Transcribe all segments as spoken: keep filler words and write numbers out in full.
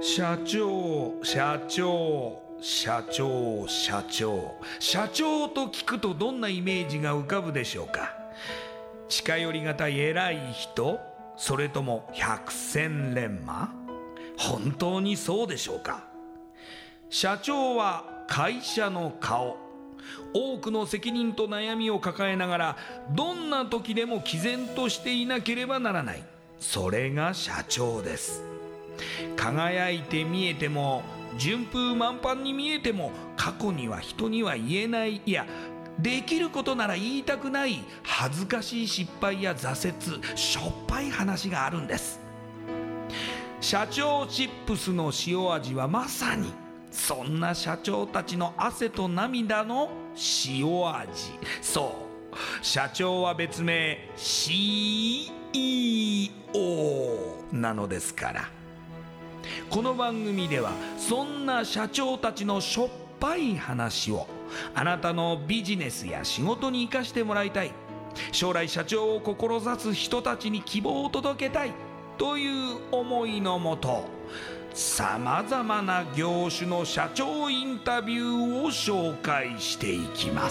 社長社長社長社長社長と聞くとどんなイメージが浮かぶでしょうか。近寄りがたい偉い人、それとも百戦錬磨。本当にそうでしょうか。社長は会社の顔。多くの責任と悩みを抱えながらどんな時でも毅然としていなければならない。それが社長です。輝いて見えても順風満帆に見えても、過去には人には言えない、いやできることなら言いたくない恥ずかしい失敗や挫折、しょっぱい話があるんです。社長チップスの塩味はまさにそんな社長たちの汗と涙の塩味。そう社長は別名 シーイーオー なのですから。この番組ではそんな社長たちのしょっぱい話をあなたのビジネスや仕事に生かしてもらいたい、将来社長を志す人たちに希望を届けたいという思いのもと、さまざまな業種の社長インタビューを紹介していきます。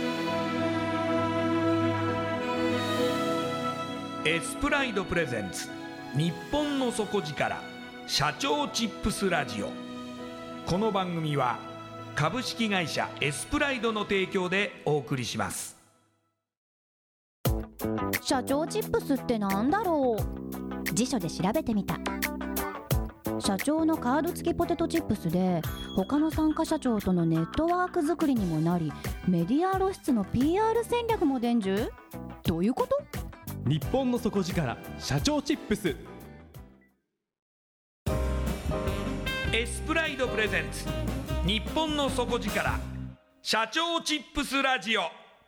エスプライドプレゼンツ日本の底力社長チップスラジオ。この番組は株式会社エスプライドの提供でお送りします。 社長チップスってなんだろう。辞書で調べてみた。社長のカード付きポテトチップスで、他の参加社長とのネットワーク作りにもなり、メディア露出の ピーアール 戦略も伝授。どういうこと？ 日本の底力社長チップス。 エスプライドプレゼンツ日本の底力社長チップスラジオ。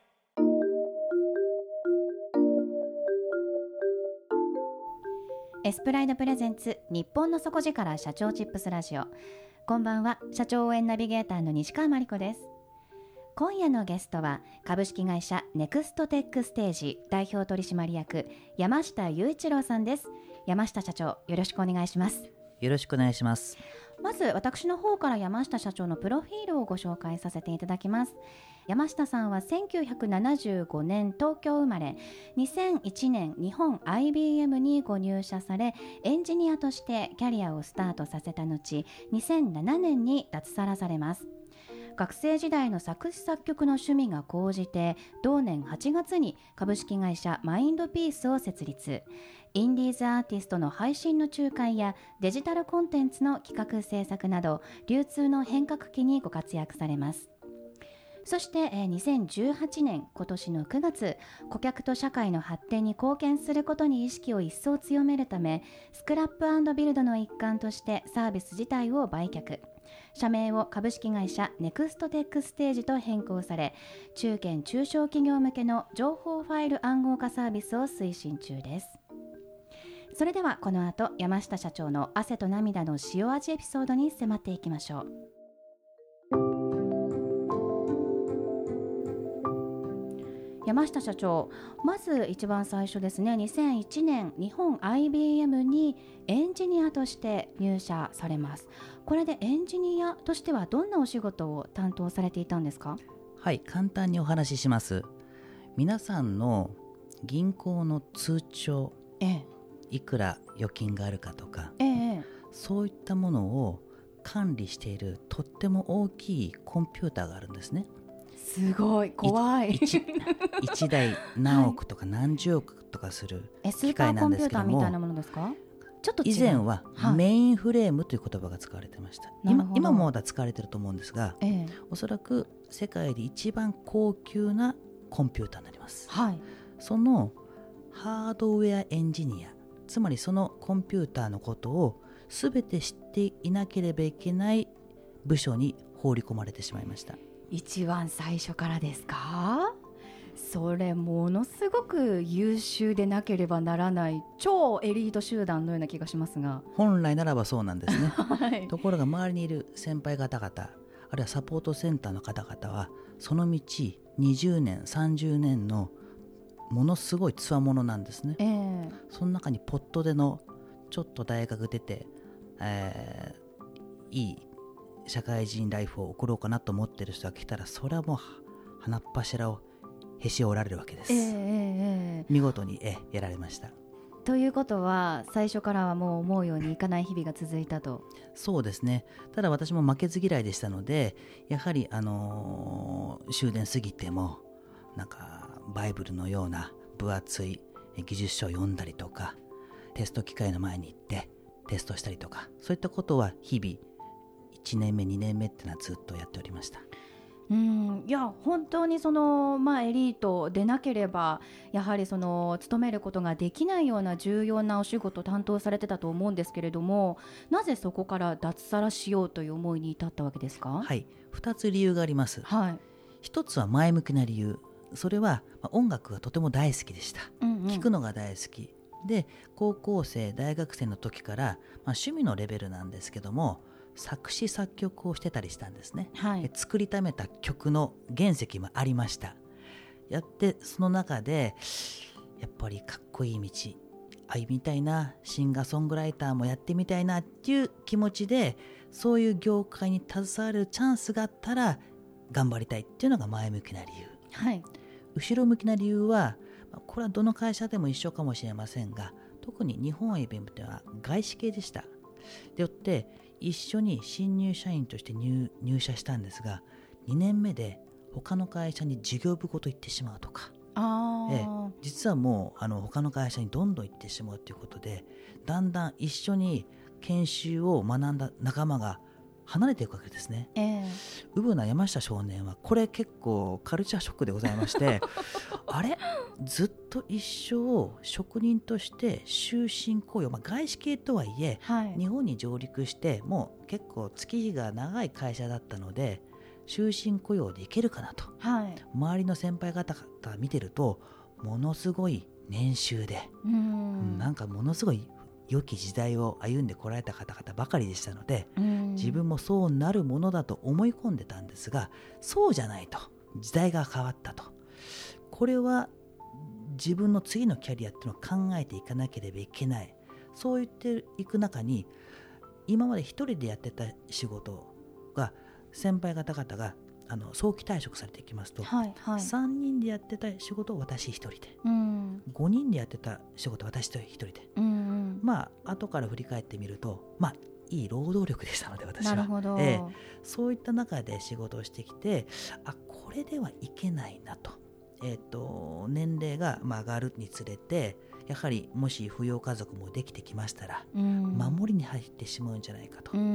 エスプライドプレゼンツ日本の底力社長チップスラジオ。こんばんは、社長応援ナビゲーターの西川真理子です。今夜のゲストは株式会社ネクストテックステージ代表取締役山下雄一郎さんです。山下社長、よろしくお願いします。 よろしくお願いします。 まず私の方から山下社長のプロフィールをご紹介させていただきます。山下さんはせんきゅうひゃくななじゅうごねん東京生まれ、にせんいちねん日本 アイビーエム にご入社され、エンジニアとしてキャリアをスタートさせた後、にせんななねんに脱サラされます。学生時代の作詞作曲の趣味が高じて、同年はちがつに株式会社マインドピースを設立。インディーズアーティストの配信の仲介やデジタルコンテンツの企画制作など、流通の変革期にご活躍されます。そしてにせんじゅうはちねん今年のくがつ、顧客と社会の発展に貢献することに意識を一層強めるため、スクラップ&ビルドの一環としてサービス自体を売却、社名を株式会社ネクストテックステージと変更され、中堅中小企業向けの情報ファイル暗号化サービスを推進中です。それではこの後、山下社長の汗と涙の塩味エピソードに迫っていきましょう。山下社長、まず一番最初ですね、にせんいちねん日本 アイビーエム にエンジニアとして入社されます。これでエンジニアとしてはどんなお仕事を担当されていたんですか？ はい、簡単にお話しします。皆さんの銀行の通帳、 ええ、 いくら預金があるかとか、 ええ、 そういったものを管理しているとっても大きいコンピューターがあるんですね。 すごい怖い。 いちだい何億とか何十億とかする機械なんですけども、 スーパーコンピューターみたいなものですか？ちょっと違う。 以前はメインフレームという言葉が使われてました。今, 今もまだ使われていると思うんですが、 ええ、 おそらく世界で一番高級なコンピューターになります、 はい、 そのハードウェアエンジニア、つまりそのコンピューターのことを全て知っていなければいけない部署に放り込まれてしまいました。 一番最初からですか？それものすごく優秀でなければならない超エリート集団のような気がしますが。 本来ならばそうなんですね、 はい、 ところが周りにいる先輩方々、あるいはサポートセンターの方々はその道にじゅうねんさんじゅうねんのものすごいつわものなんですね、 えー、 その中にポットでのちょっと大学出てえー、いい社会人ライフを送ろうかなと思ってる人が来たら、それはもう鼻っ柱をへし折られるわけです、 えーえー、 見事にえやられました。 ということは最初からはもう思うようにいかない日々が続いたと。 そうですね。ただ私も負けず嫌いでしたので、やはり、あのー、終電過ぎてもなんかバイブルのような分厚い技術書を読んだりとか、テスト機械の前に行ってテストしたりとか、そういったことは日々いちねんめにねんめっていうのはずっとやっておりました。 うん、いや本当にその、まあ、エリートでなければやはりその勤めることができないような重要なお仕事を担当されてたと思うんですけれども、なぜそこから脱サラしようという思いに至ったわけですか？ はい、ふたつ理由があります、 はい、 ひとつは前向きな理由。それは、まあ、音楽がとても大好きでした、 うんうん、 聴くのが大好きで、高校生大学生の時から、まあ、趣味のレベルなんですけども作詞作曲をしてたりしたんですね、 はい、 作りためた曲の原石もありました。やってその中でやっぱりかっこいい道歩みたいな、シンガーソングライターもやってみたいなっていう気持ちで、そういう業界に携われるチャンスがあったら頑張りたいっていうのが前向きな理由、 はい、 後ろ向きな理由は、これはどの会社でも一緒かもしれませんが、特に日本 エービーエム では外資系でした。でよって一緒に新入社員として 入, 入社したんですが、にねんめで他の会社に事業部ごと行ってしまうとか、 あ、 ええ、実はもうあの他の会社にどんどん行ってしまうということで、だんだん一緒に研修を学んだ仲間が離れていくわけですね。 えー、 うぶな山下少年はこれ結構カルチャーショックでございましてあれずっと一生職人として終身雇用、まあ、外資系とはいえ、 はい、 日本に上陸してもう結構月日が長い会社だったので終身雇用でいけるかなと、 はい、 周りの先輩方々見てるとものすごい年収で、 うん、 なんかものすごい良き時代を歩んでこられた方々ばかりでしたので、 うん、 自分もそうなるものだと思い込んでたんですが、そうじゃないと、時代が変わったと、これは自分の次のキャリアっていうのを考えていかなければいけない。そう言っていく中に、今まで一人でやってた仕事が先輩方々があの早期退職されていきますと、 はいはい、 さんにんでやってた仕事を私一人で、 うん、 ごにんでやってた仕事を私一人で、 うんうん、 まあ後から振り返ってみると、まあいい労働力でしたので私は。 なるほど、 ええ、そういった中で仕事をしてきて、あ、これではいけないなと、えー、と年齢がまあ上がるにつれて、やはりもし扶養家族もできてきましたら、 うん、 守りに入ってしまうんじゃないかと、 うん、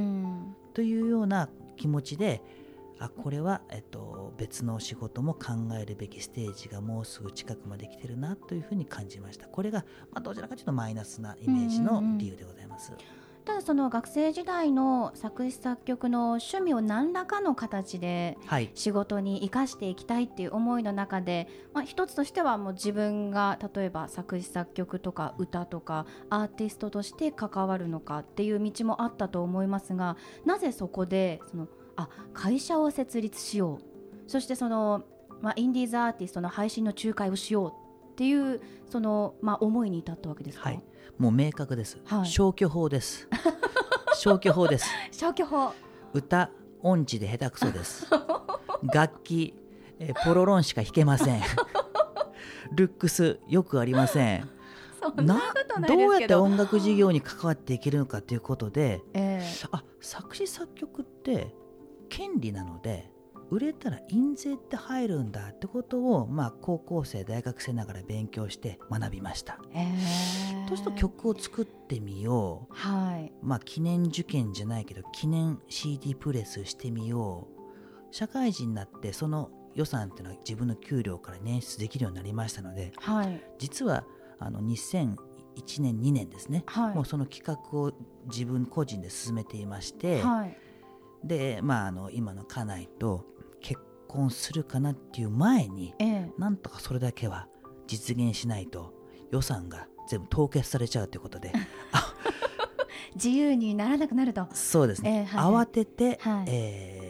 というような気持ちで、あ、これは、えっと、別の仕事も考えるべきステージがもうすぐ近くまで来てるなというふうに感じました。これが、まあ、どちらかというとマイナスなイメージの理由でございます。 うんうんうん、ただその学生時代の作詞作曲の趣味を何らかの形で仕事に生かしていきたいっていう思いの中で、まあ、一つとしてはもう自分が例えば作詞作曲とか歌とかアーティストとして関わるのかっていう道もあったと思いますが、なぜそこでそのあ会社を設立しよう、そしてその、まあ、インディーズアーティストの配信の仲介をしようっていうその、まあ、思いに至ったわけですか？ はい、もう明確です、 はい、 消去法です消去法です消去法、 歌音痴で下手くそです楽器えポロロンしか弾けませんルックスよくありません。 そんなことないですけど、 どうやって音楽事業に関わっていけるのかということで、 えー、 あ作詞作曲って権利なので売れたら印税って入るんだってことを、まあ、高校生大学生ながら勉強して学びました。 えー、 そうすると曲を作ってみよう、 はい、 まあ、記念受験じゃないけど記念 シーディー プレスしてみよう。社会人になってその予算っていうのは自分の給料から捻出できるようになりましたので、 はい、 実はあのにせんいちねんにねんですね、 はい、 もうその企画を自分個人で進めていまして、 はい、 で、まあ、あの今の家内と結婚するかなっていう前に、 ええ、 なんとかそれだけは実現しないと予算が全部凍結されちゃうということで自由にならなくなると。 そうですね、 えーはい、 慌てて、 はい、 えー、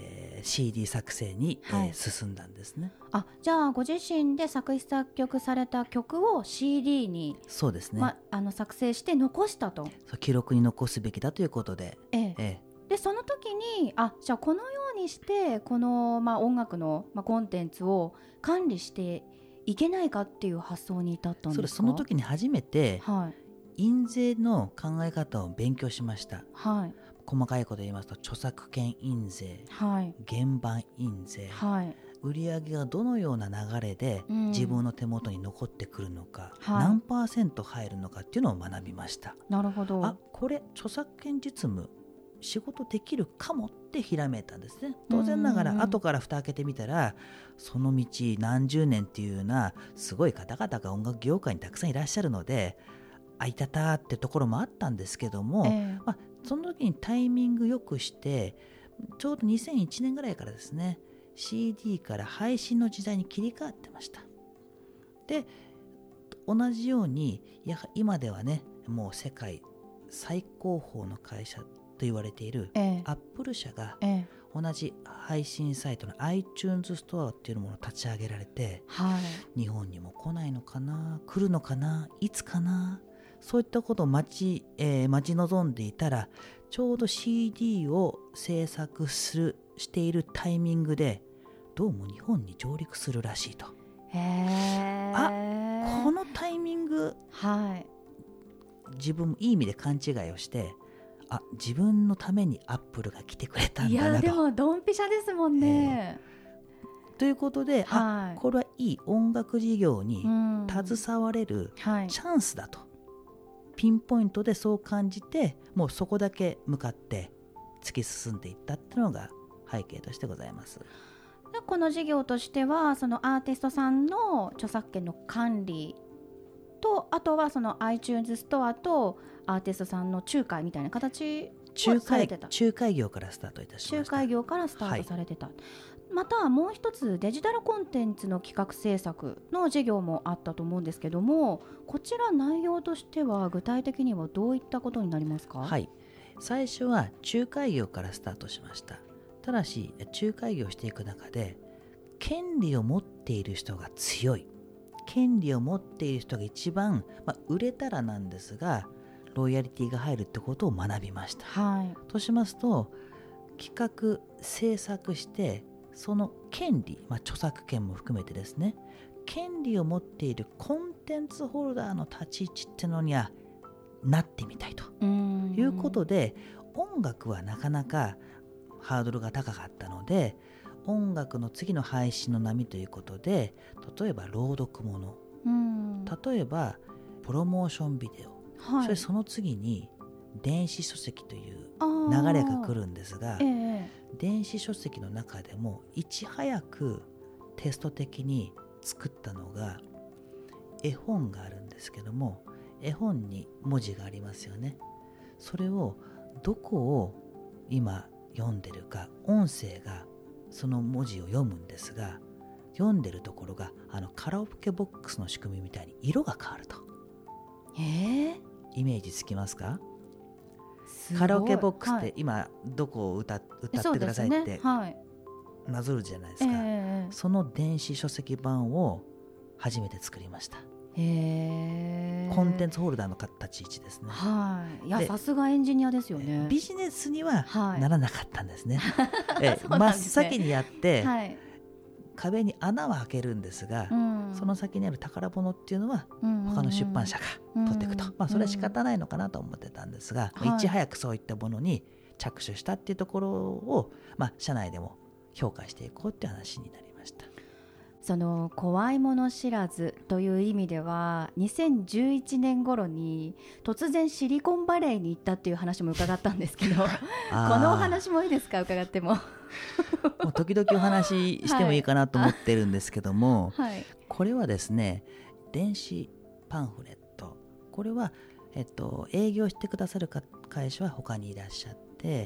ー、シーディー 作成に、 はいえー、進んだんですね。 あ、じゃあご自身で作詞作曲された曲を シーディー に、 そうですね、 ま、あの作成して残したと。 そう記録に残すべきだということで、 えええでその時にあじゃあこのようにしてこの、まあ、音楽の、まあ、コンテンツを管理していけないかっていう発想に至ったんですか？ それその時に初めてはい印税の考え方を勉強しました。 はい細かいことを言いますと、著作権印税、 はい原版印税、 はい売上がどのような流れでうん自分の手元に残ってくるのか、 はい何パーセント入るのかっていうのを学びました。 なるほど。 あ、これ著作権実務仕事できるかもってひらめいたんですね。当然ながうんうんうんら後から蓋開けてみたら、その道何十年っていうようなすごい方々が音楽業界にたくさんいらっしゃるので、あいたたってところもあったんですけども、 ええまあ、その時にタイミングよくしてちょうどにせんいちねんぐらいからですね、 シーディー から配信の時代に切り替わってました。で同じようにやは今ではね、もう世界最高峰の会社と言われているええアップル社がええ同じ配信サイトの iTunes ストアっていうものを立ち上げられて、 はい日本にも来ないのかな、来るのかな、いつかな、そういったことを待ち、えー待ち望んでいたら、ちょうど シーディー を制作するしているタイミングでどうも日本に上陸するらしいと。 へえこのタイミング、 はい自分もいい意味で勘違いをして、あ、自分のためにアップルが来てくれたんいだなと。 やでもドンピシャですもんね、 ということで、 はいあ、これはいい音楽事業にうん携われるはいチャンスだと、ピンポイントでそう感じて、もうそこだけ向かって突き進んでいったっていうのが背景としてございます。 でこの事業としてはそのアーティストさんの著作権の管理と、あとはその iTunes ストアとアーティストさんの仲介みたいな形を仲介されてた。 仲介業からスタートいたしま仲した。 介業からスタートされてた、またもう一つデジタルコンテンツの企画制作の事業もあったと思うんですけども、こちら内容としては具体的にはどういったことになりますか？ はい、最初は仲介業からスタートしました。ただし仲介業をしていく中で、権利を持っている人が強い、権利を持っている人が一番、まあ、売れたらなんですがロイヤリティが入るってことを学びました。 はいとしますと、企画制作してその権利、まあ、著作権も含めてですね、権利を持っているコンテンツホルダーの立ち位置ってのにはなってみたいとうーんいうことで、音楽はなかなかハードルが高かったので、音楽の次の配信の波ということで、例えば朗読もの、 うーん例えばプロモーションビデオ、 はいそれその次に電子書籍というあー流れが来るんですが、 ええ電子書籍の中でもいち早くテスト的に作ったのが絵本があるんですけども、絵本に文字がありますよね。それをどこを今読んでるか、音声がその文字を読むんですが、読んでるところがあのカラオケボックスの仕組みみたいに色が変わると。 ええイメージつきますか？ すごいカラオケボックスっはいて今どこを 歌, 歌ってくだそうですさいってねはいなぞるじゃないですえか、 えその電子書籍版を初めて作りました。 へえコンテンツホルダーの立ち位置ですね。 はいいやでさすがエンジニアですよね。 ビジネスにははいならなかったんですね。えそうな真っんですね先にやって、 はい壁に穴は開けるんですが、 うんその先にある宝物っていうのはうん他の出版社が取っていくと、 うんまあ、それは仕方ないのかなと思ってたんですが、 はいいち早くそういったものに着手したっていうところを、まあ、社内でも評価していこうっていう話になりました。 その怖いもの知らずという意味ではにせんじゅういちねん頃に突然シリコンバレーに行ったっていう話も伺ったんですけどこあーのお話もいいですか？伺ってももう時々お話ししてもいいかなと思ってるんですけども、 はいこれはですね、電子パンフレット、これは、えっと、営業してくださるか会社は他にいらっしゃって、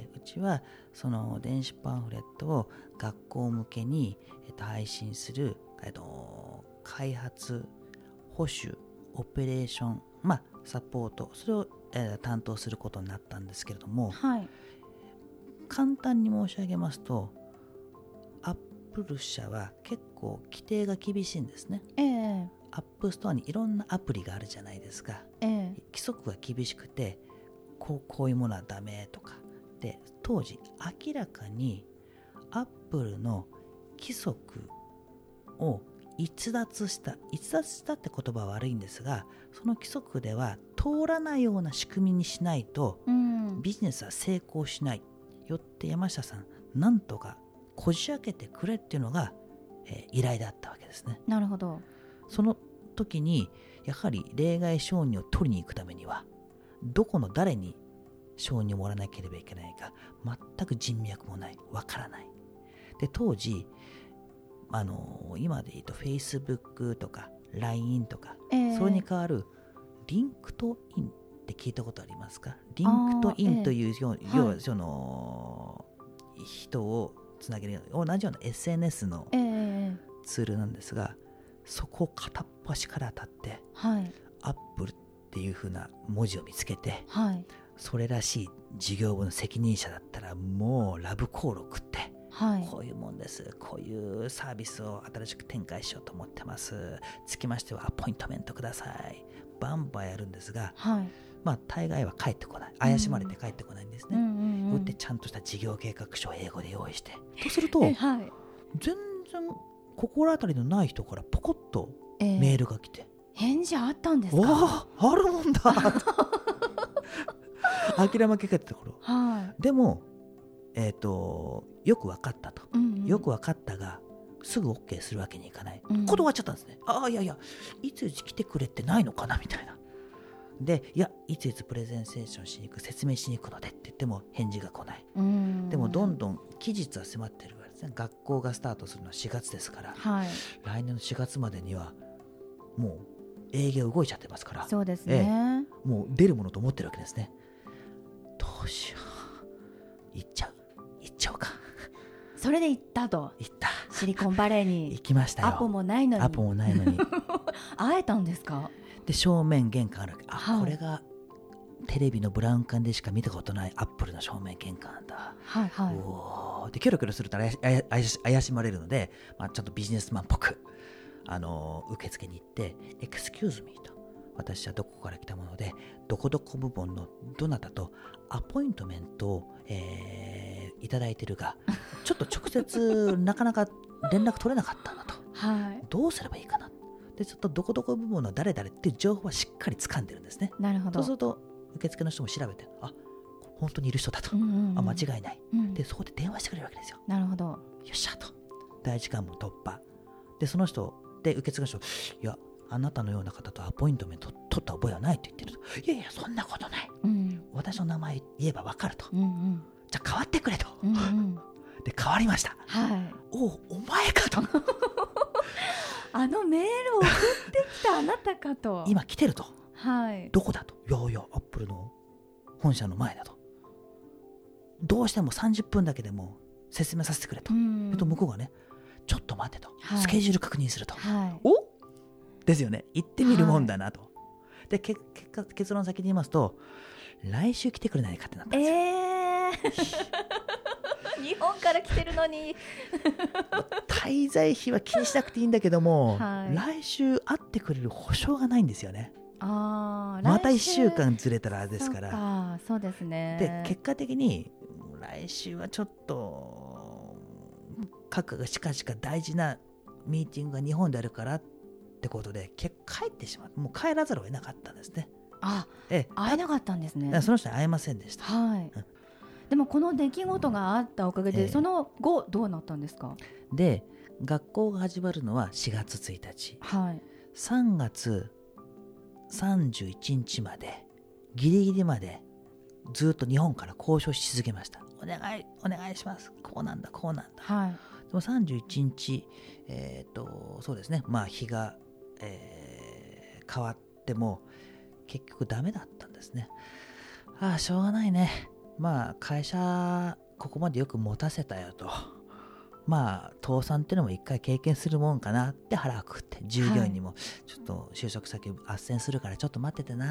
うちはその電子パンフレットを学校向けに、えっと、配信する、えっと、開発、保守、オペレーション、まあ、サポート、それを、えー担当することになったんですけれども、 はい簡単に申し上げますと、 プル社は結構規定が厳しいんですね。 ええアップストアにいろんなアプリがあるじゃないですか。 ええ規則が厳しくて、こう、こういうものはダメとかで、当時明らかにアップルの規則を逸脱した逸脱したって言葉は悪いんですが、その規則では通らないような仕組みにしないとうんビジネスは成功しない。よって山下さん、なんとかこじ開けてくれっていうのが、えー依頼だったわけですね。 なるほど。 その時にやはり例外承認を取りに行くためには、どこの誰に承認をもらわなければいけないか全く人脈もない、わからない。で当時あの今で言うと Facebook とか ライン とか、 ええそれに代わるリンクトインって聞いたことありますか？リンクトインというよう、 ええ要ははいその人をつなげるような同じような エスエヌエス のええツールなんですが、そこを片っ端から当たってはいアップルっていう風な文字を見つけて、 はいそれらしい事業部の責任者だったらもうラブコールを送って、 はいこういうもんです、こういうサービスを新しく展開しようと思ってます、つきましてはアポイントメントください、バンバンやるんですが、 はいまあ大概は帰ってこない、怪しまれて帰ってこないんですね。 うんうんうんよってちゃんとした事業計画書を英語で用意して、とするとえはい全然心当たりのない人からポコッとええメールが来て、 返事あったんですか？ わあ、あるもんだ諦めかけてた頃はでも、えー、とよく分かったと、 い、うんうんよく分かったがすぐ OK するわけにいかない、 うん断っちゃったんですね。ああいやいやいついつ来てくれってないのかなみたいな。でいやいついつプレゼンテーションしに行く、説明しに行くのでって言っても返事が来ない。 うんでもどんどん期日は迫ってるわけですね。学校がスタートするのはしがつですから、 はい来年のしがつまでにはもう営業動いちゃってますから、 そうですね、 もう出るものと思ってるわけですね。どうしよう、行っちゃう行っちゃおうか。 それで行ったと、 行ったシリコンバレー行にきましたよ。 アポもないのにアポもないのに会えたんですか？ で正面玄関あるわけ。あ、 はいこれがテレビのブラウン管でしか見たことないアップルの正面玄関なんだ、 はいはうおーでキョロキョロすると怪し怪怪し怪しまれるので、まあ、ちゃんとビジネスマンっぽく、あのー受付に行って「エクスキューズミー」と、私はどこから来たものでどこどこ部門のどなたとアポイントメントを、えーいただいてるがちょっと直接なかなか連絡取れなかったんだと、 いはいどうすればいいかな。でちょっとどこどこ部門の誰々っていう情報はしっかり掴んでるんですね。 なるほど。 そうすると受付の人も調べて、あ、本当にいる人だと、 うんうんうんあ、間違いない、 うんでそこで電話してくれるわけですよ。 なるほど。 よっしゃと、第一関門突破で、その人で受付の人、いやあなたのような方とアポイントメント取った覚えはないと言ってると、いやいやそんなことない、 うん私の名前言えば分かると、 うんうんじゃあ変わってくれと、 うんうんで変わりました。 はい。 おうお前かとあのメールを送ってきたあなたかと。 今来てると、 はい。 どこだと、いやいやアップルの本社の前だと、どうしてもさんじゅっぷんだけでも説明させてくれと、 うんそれと向こうがね、ちょっと待ってと、 はいスケジュール確認すると、 はい。 おですよね、行ってみるもんだなと、でけ結果結論先に言いますと、来週来てくれないかってなったんですよ、 えー、日本から来てるのに。 滞在費は気にしなくていいんだけども、 はい来週会ってくれる保証がないんですよね。 あまたいっしゅうかんんずれたらあれですから。 そうか、そうですね。 で結果的に来週はちょっと各がしかしか大事なミーティングが日本であるからってことで結果帰ってしまって、もう帰らざるを得なかったんですね。 あ、 ええ会えなかったんですね。 その人に会えませんでした。 はいうん。 でもこの出来事があったおかげで、 ええその後どうなったんですか？ で学校が始まるのはしがつついたち、 はい。 さんがつさんじゅういちにちまでギリギリまでずっと日本から交渉し続けました。お願いお願いします、こうなんだこうなんだ。 はい。 でもさんじゅういちにち、えー、とそうですね、まあ日が、えー変わっても結局ダメだったんですね。ああしょうがないね、まあ会社ここまでよく持たせたよと、まあ倒産っていうのも一回経験するもんかなって腹をくくって、従業員にもちょっと就職先斡旋するからちょっと待っててな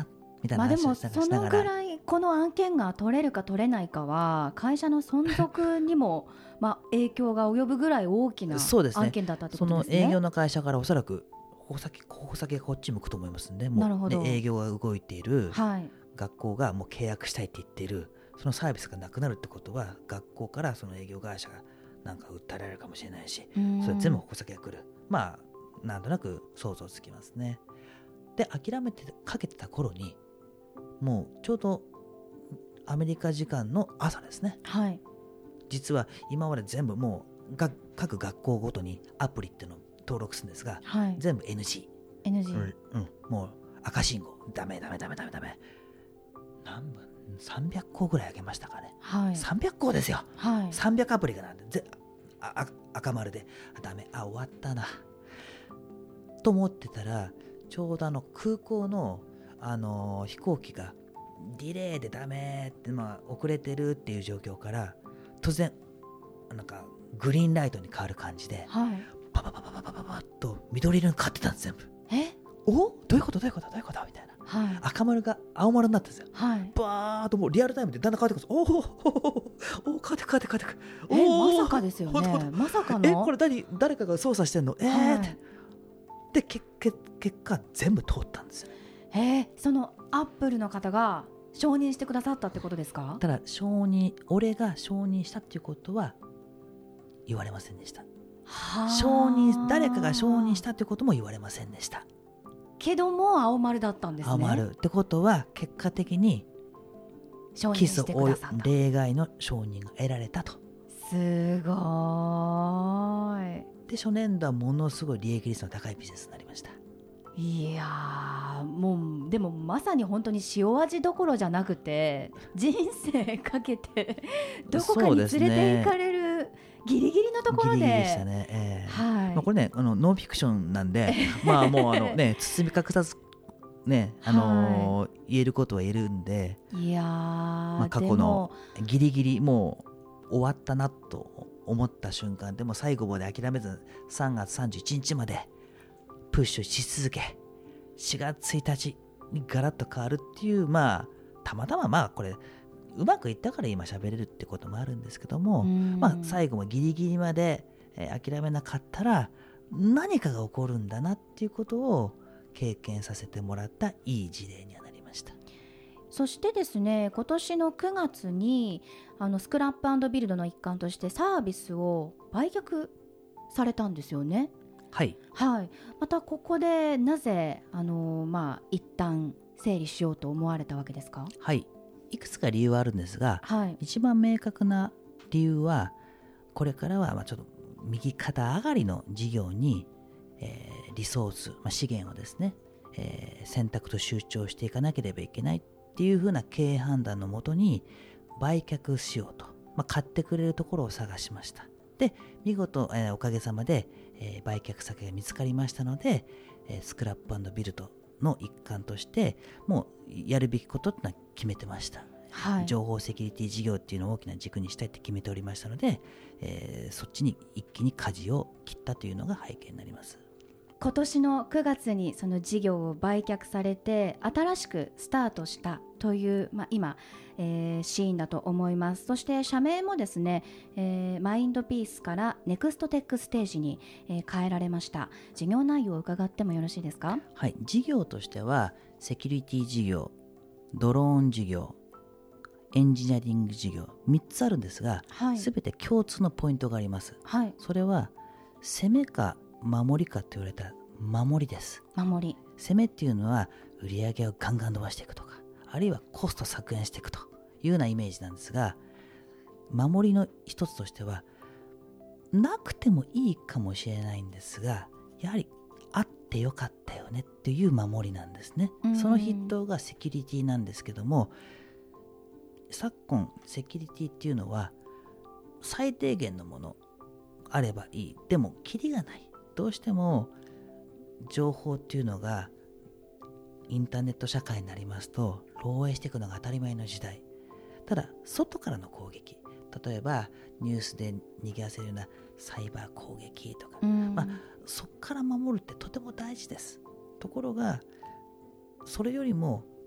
みたいな話をしながら、 まあ、でもそのぐらいこの案件が取れるか取れないかは会社の存続にもまあ影響が及ぶぐらい大きな案件だったってことですね。 その営業の会社からおそらく矛先、矛先がこっち向くと思いますんで、もう、ね、営業が動いている、はい、学校がもう契約したいって言っている、そのサービスがなくなるってことは学校からその営業会社がなんか訴えられるかもしれないし、それ全部矛先が来る、まあなんとなく想像つきますね。で諦めてかけてた頃にもうちょうどアメリカ時間の朝ですね、はい、実は今まで全部もうが各学校ごとにアプリっていうのを登録するんですが、はい、全部 エヌジー、 エヌジー、うんうん、もう赤信号、ダメダメダメダメダメ、何分さんびゃっこぐらいあげましたかね、はい、さんびゃっこですよ、はい、さんびゃくアプリがなんでぜああ赤丸でダメ、あ終わったなと思ってたら、ちょうどあの空港の、あのー、飛行機がディレイでダメって、まあ、遅れてるっていう状況から突然なんかグリーンライトに変わる感じで、はい、パパパパパパパパッと緑色に変わってたんです全部。えおどういうことどういうことどういうことみたいな、はい、赤丸が青丸になったんですよ、はい、バーッともうリアルタイムでだんだん変わってくるんです。おおおお変わって変わって変わってくる。 えまさかですよね。まさかのえこれ 誰, 誰かが操作してんのえーって、はい、で結果全部通ったんですよ。 えー、そのアップルの方が承認してくださったってことですか？ ただ承認俺が承認したっていうことは言われませんでした。承認誰かが承認したってことも言われませんでした。 けども青丸だったんですね。 青丸ってことは結果的に承認してくださった、 例外の承認が得られたと。 すごーい。 で初年度はものすごい利益率の高いビジネスになりました。 いやーもうでもまさに本当に塩味どころじゃなくて人生かけてどこかに連れて行かれるギリギリのところで、 ギリギリでしたね、えーはいまあ、これねあのノンフィクションなんでまあもうあのね包み隠さずねあのーはい、言えることは言えるんで、 いやー、 まあ、過去のギリギリもう終わったなと思った瞬間でも最後まで諦めずさんがつさんじゅういちにちまでプッシュし続けしがつついたちにガラッと変わるっていう、まあたまたままあこれうまくいったから今喋れるってこともあるんですけども、まあ最後もギリギリまで、えー、諦めなかったら何かが起こるんだなっていうことを経験させてもらったいい事例にはなりました。 そしてですね今年のくがつにあのスクラップ&ビルドの一環としてサービスを売却されたんですよね。 はい、 はい、またここでなぜあの、まあ、一旦整理しようと思われたわけですか？ はい、いくつか理由はあるんですが、 はい、 一番明確な理由はこれからはまあちょっと右肩上がりの事業に、えー、リソース、まあ、資源をですね、えー、選択と集中していかなければいけないっていうふうな経営判断のもとに売却しようと、まあ、買ってくれるところを探しました。で見事、えー、おかげさまで、えー、売却先が見つかりましたので、えー、スクラップ&ビルドの一環としてもうやるべきことってのは決めてました、はい、情報セキュリティ事業っていうのを大きな軸にしたいって決めておりましたので、えー、そっちに一気に舵を切ったというのが背景になります。 今年のくがつにその事業を売却されて新しくスタートしたという、まあ、今、えー、シーンだと思います。そして社名もですね、えー、マインドピースからネクストテックステージに、えー、変えられました。事業内容を伺ってもよろしいですか？ はい、事業としてはセキュリティ事業、ドローン事業、エンジニアリング事業みっつあるんですが、はい、全て共通のポイントがあります、はい、それは攻めか守りかと言われたら守りです。 守り。 攻めっていうのは売り上げをガンガン伸ばしていくとか、あるいはコスト削減していくというようなイメージなんですが、守りの一つとしてはなくてもいいかもしれないんですが、やはりあってよかったよねっていう守りなんですね。その筆頭がセキュリティなんですけども、昨今セキュリティっていうのは最低限のものあればいい。でもキリがない。どうしても情報っていうのがインターネット社会になりますと漏洩していくのが当たり前の時代。ただ外からの攻撃、例えばニュースで逃げ出せるようなサイバー攻撃とか、まあ、そこから守るってとても大事です。ところがそれよりも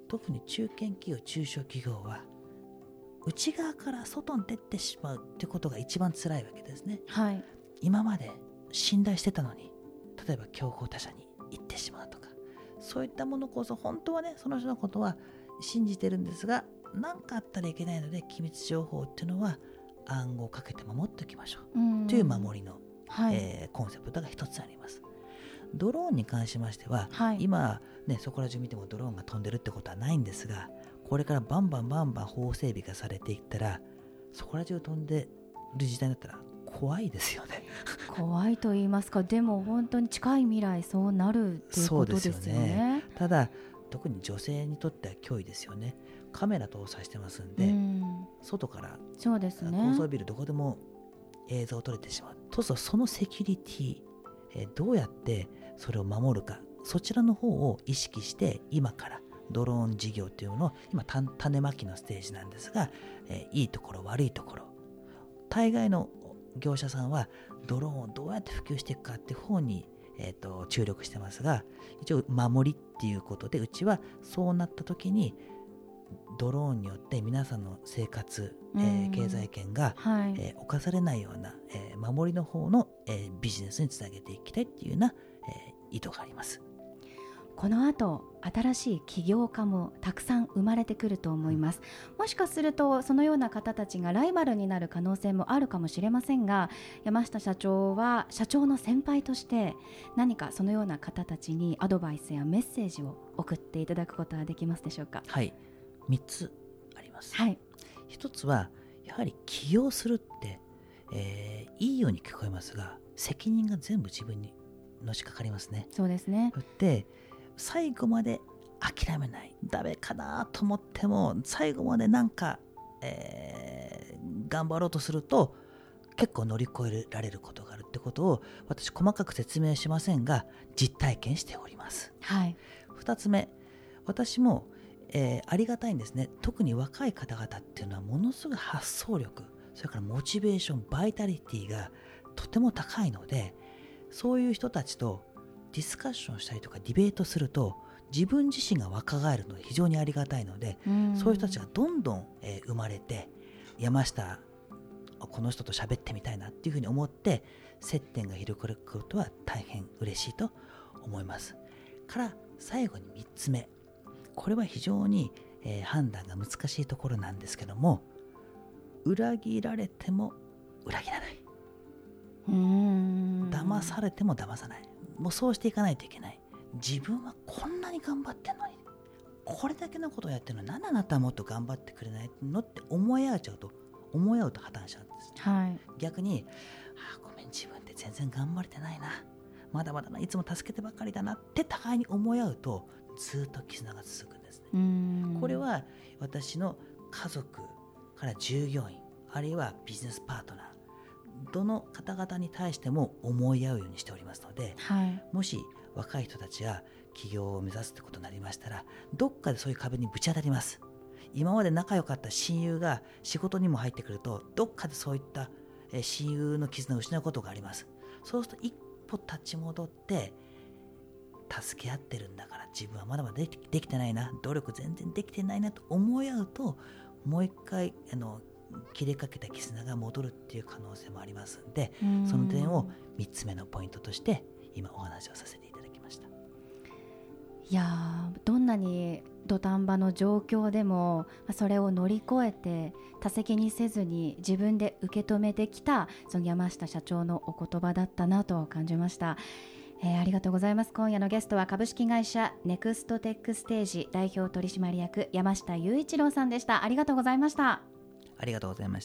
特に中堅企業中小企業は内側から外に出てしまうってことが一番辛いわけですね、 はい、 今まで信頼してたのに例えば競合他社に行ってしまうとか、そういったものこそ本当はねその人のことは信じてるんですが、何かあったらいけないので機密情報っていうのは暗号をかけて守っておきましょうという守りの、はい、えー、コンセプトが一つあります。ドローンに関しましては、はい、今、ね、そこら中見てもドローンが飛んでるってことはないんですが、これからバンバンバンバン法整備がされていったらそこら中飛んでる時代だったら怖いですよね怖いと言いますか、でも本当に近い未来そうなるっていうことですよね。そうですよね。 ただ特に女性にとっては脅威ですよね。カメラ搭載してますんで、うん、外からそうですね、 高層ビルどこでも映像を撮れてしまうと、そのセキュリティ、えー、どうやってそれを守るか、そちらの方を意識して今からドローン事業というのを今種まきのステージなんですが、えー、いいところ悪いところ、大概の業者さんはドローンをどうやって普及していくかっていう方に、えー、と注力してますが、一応守りっていうことでうちはそうなった時にドローンによって皆さんの生活、えー、経済圏が、はい、えー、侵されないような、えー、守りの方の、えー、ビジネスにつなげていきたいっていうような、えー、意図があります。 この後新しい起業家もたくさん生まれてくると思います。もしかするとそのような方たちがライバルになる可能性もあるかもしれませんが、山下社長は社長の先輩として何かそのような方たちにアドバイスやメッセージを送っていただくことはできますでしょうか。 はい、みっつあります、 はい、 ひとつはやはり起業するって、えー、いいように聞こえますが責任が全部自分にのしかかりますね。 そうですね。 で最後まで諦めない、ダメかなと思っても最後までなんか、えー、頑張ろうとすると結構乗り越えられることがあるってことを私細かく説明しませんが実体験しております、 はい、 ふたつめ、私も、えー、ありがたいんですね。特に若い方々っていうのはものすごい発想力、それからモチベーション、バイタリティがとても高いので、そういう人たちとディスカッションしたりとかディベートすると自分自身が若返るので非常にありがたいので、そういう人たちがどんどん、えー、生まれて、山下この人と喋ってみたいなっていうふうに思って接点が広がることは大変嬉しいと思いますから最後にみっつめ、これは非常に、えー、判断が難しいところなんですけども、裏切られても裏切らない、 うーん騙されても騙さない、もうそうしていかないといけない。自分はこんなに頑張ってんのにこれだけのことをやってるのに何であなたはもっと頑張ってくれないのって思い合っちゃうと思い合うと破綻しちゃうんです、 はい、 逆にあごめん自分って全然頑張れてないな、まだまだないつも助けてばかりだなって互いに思い合うとずっと絆が続くんですね。 うーんこれは私の家族から従業員あるいはビジネスパートナーどの方々に対しても思い合うようにしておりますので、 はい、 もし若い人たちが起業を目指すってことになりましたらどっかでそういう壁にぶち当たります。今まで仲良かった親友が仕事にも入ってくるとどっかでそういった親友の絆を失うことがあります。そうすると一歩立ち戻って助け合ってるんだから自分はまだまだでき、できてないな、努力全然できてないなと思い合うともう一回あの切れかけた絆が戻るっていう可能性もありますので、その点をみっつめのポイントとして今お話をさせていただきました。 いやどんなに土壇場の状況でもそれを乗り越えて他責にせずに自分で受け止めてきたその山下社長のお言葉だったなと感じました。えー、ありがとうございます。今夜のゲストは株式会社ネクストテックステージ代表取締役山下雄一郎さんでした。ありがとうございました。 ありがとうございました。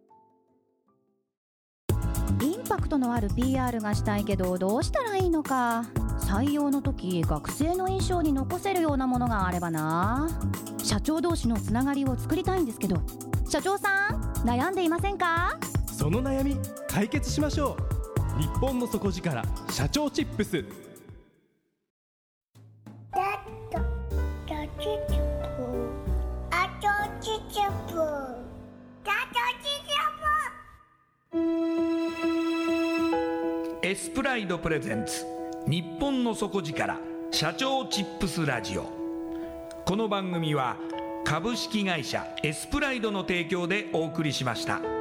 インパクトのある ピーアール がしたいけどどうしたらいいのか。採用の時学生の印象に残せるようなものがあればな。社長同士のつながりを作りたいんですけど、社長さん悩んでいませんか？ その悩み解決しましょう。日本の底力社長チップス。 エスプライドプレゼンツ日本の底力社長チップスラジオ。 この番組は株式会社エスプライドの提供でお送りしました。